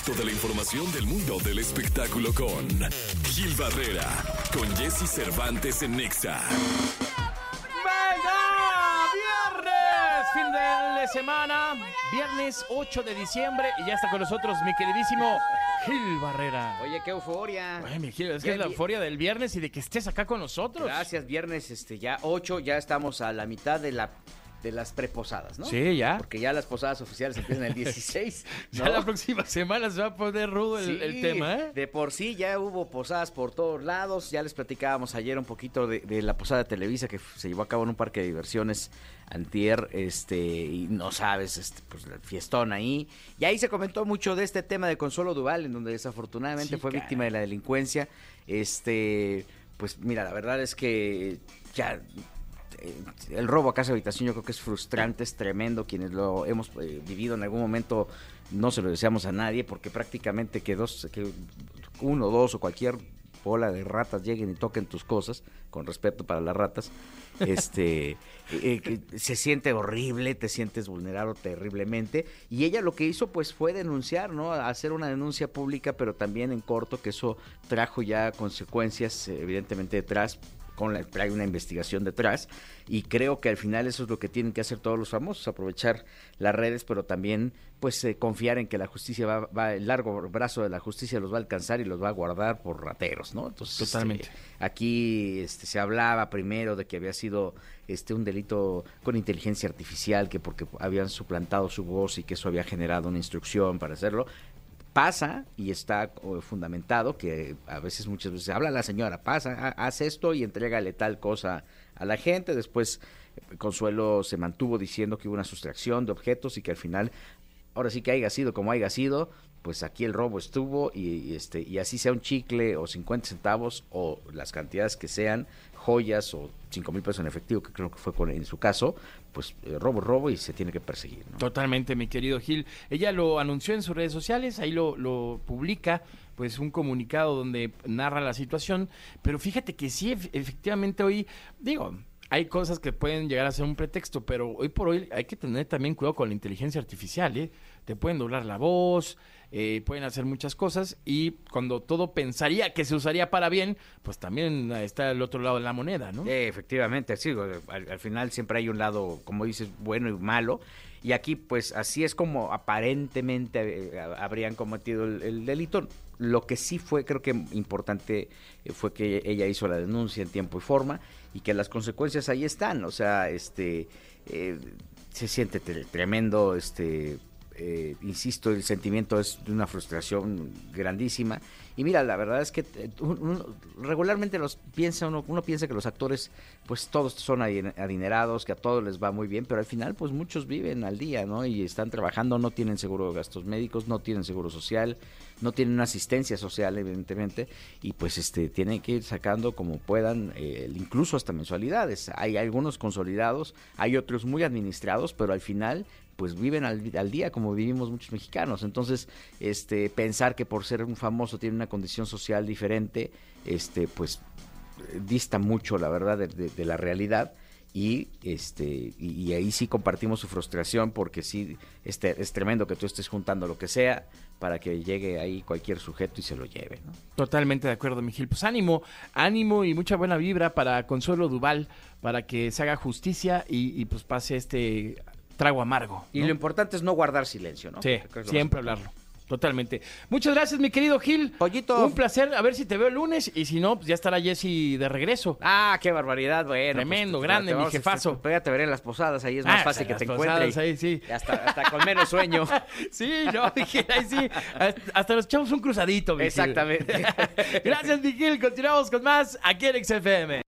Experto de la información del mundo del espectáculo con Gil Barrera, con Jesse Cervantes en Nexa. ¡Venga! ¡Viernes! Fin de semana. Viernes 8 de diciembre. Y ya está con nosotros mi queridísimo Gil Barrera. Oye, qué euforia. Ay, mi Gil, es que es la euforia del viernes y de que estés acá con nosotros. Gracias, viernes ya 8, ya estamos a la mitad de las preposadas, ¿no? Sí, ya. Porque ya las posadas oficiales empiezan el 16, ¿no? Ya la próxima semana se va a poner rudo el tema, ¿eh? De por sí ya hubo posadas por todos lados. Ya les platicábamos ayer un poquito de la posada de Televisa que se llevó a cabo en un parque de diversiones antier, y no sabes, pues el fiestón ahí. Y ahí se comentó mucho de este tema de Consuelo Duval, en donde desafortunadamente fue víctima de la delincuencia. Pues mira, la verdad es que ya... el robo a casa habitación yo creo que es frustrante, es tremendo. Quienes lo hemos vivido en algún momento no se lo deseamos a nadie, porque prácticamente que uno, dos o cualquier bola de ratas lleguen y toquen tus cosas, con respeto para las ratas, se siente horrible, te sientes vulnerado terriblemente. Y ella lo que hizo pues fue denunciar, ¿no? Hacer una denuncia pública, pero también en corto, que eso trajo ya consecuencias evidentemente detrás. Hay una investigación detrás, y creo que al final eso es lo que tienen que hacer todos los famosos, aprovechar las redes, pero también pues confiar en que la justicia el largo brazo de la justicia los va a alcanzar y los va a guardar por rateros, ¿no? Entonces, totalmente. Aquí se hablaba primero de que había sido un delito con inteligencia artificial, que porque habían suplantado su voz y que eso había generado una instrucción para hacerlo. Pasa y está fundamentado que muchas veces habla la señora, haz esto y entrégale tal cosa a la gente. Después Consuelo se mantuvo diciendo que hubo una sustracción de objetos y que al final, ahora sí que haya sido como haya sido, pues aquí el robo estuvo y así sea un chicle o 50 centavos o las cantidades que sean, joyas o 5,000 pesos en efectivo, que creo que fue en su caso, pues robo y se tiene que perseguir, ¿no? Totalmente, mi querido Gil. Ella lo anunció en sus redes sociales, ahí lo publica, pues un comunicado donde narra la situación, pero fíjate que sí, efectivamente hoy, hay cosas que pueden llegar a ser un pretexto, pero hoy por hoy hay que tener también cuidado con la inteligencia artificial, ¿eh? Te pueden doblar la voz, pueden hacer muchas cosas, y cuando todo pensaría que se usaría para bien, pues también está el otro lado de la moneda, ¿no? Efectivamente, sí, al final siempre hay un lado, como dices, bueno y malo, y aquí pues así es como aparentemente habrían cometido el delito. Lo que sí fue, creo que importante, fue que ella hizo la denuncia en tiempo y forma, y que las consecuencias ahí están. O sea, se siente tremendo, insisto, el sentimiento es de una frustración grandísima. Y mira, la verdad es que regularmente uno piensa que los actores pues todos son adinerados, que a todos les va muy bien, pero al final pues muchos viven al día, ¿no? Y están trabajando, no tienen seguro de gastos médicos, no tienen seguro social, no tienen una asistencia social evidentemente, y pues tienen que ir sacando como puedan, incluso hasta mensualidades. Hay algunos consolidados, hay otros muy administrados, pero al final pues viven al día como vivimos muchos mexicanos. Entonces, pensar que por ser un famoso tiene una condición social diferente, pues dista mucho, la verdad, de la realidad. Y ahí sí compartimos su frustración, porque sí es tremendo que tú estés juntando lo que sea para que llegue ahí cualquier sujeto y se lo lleve, ¿no? Totalmente de acuerdo, Miguel. Pues ánimo y mucha buena vibra para Consuelo Duval, para que se haga justicia y pues pase este trago amargo, ¿no? Y lo importante es no guardar silencio, ¿no? Sí, siempre hablarlo. Totalmente. Muchas gracias, mi querido Gil. Pollito. Un placer. A ver si te veo el lunes. Y si no, pues ya estará Jesse de regreso. Ah, qué barbaridad. Bueno, tremendo, pues, grande, mi jefazo. Pero ya te veré en las posadas. Ahí es más fácil que te encuentre. Ahí, sí. Hasta con menos sueño. Sí, yo dije, ahí sí. Hasta nos echamos un cruzadito, mi Exactamente. Gracias, mi Gil. Continuamos con más aquí en XFM.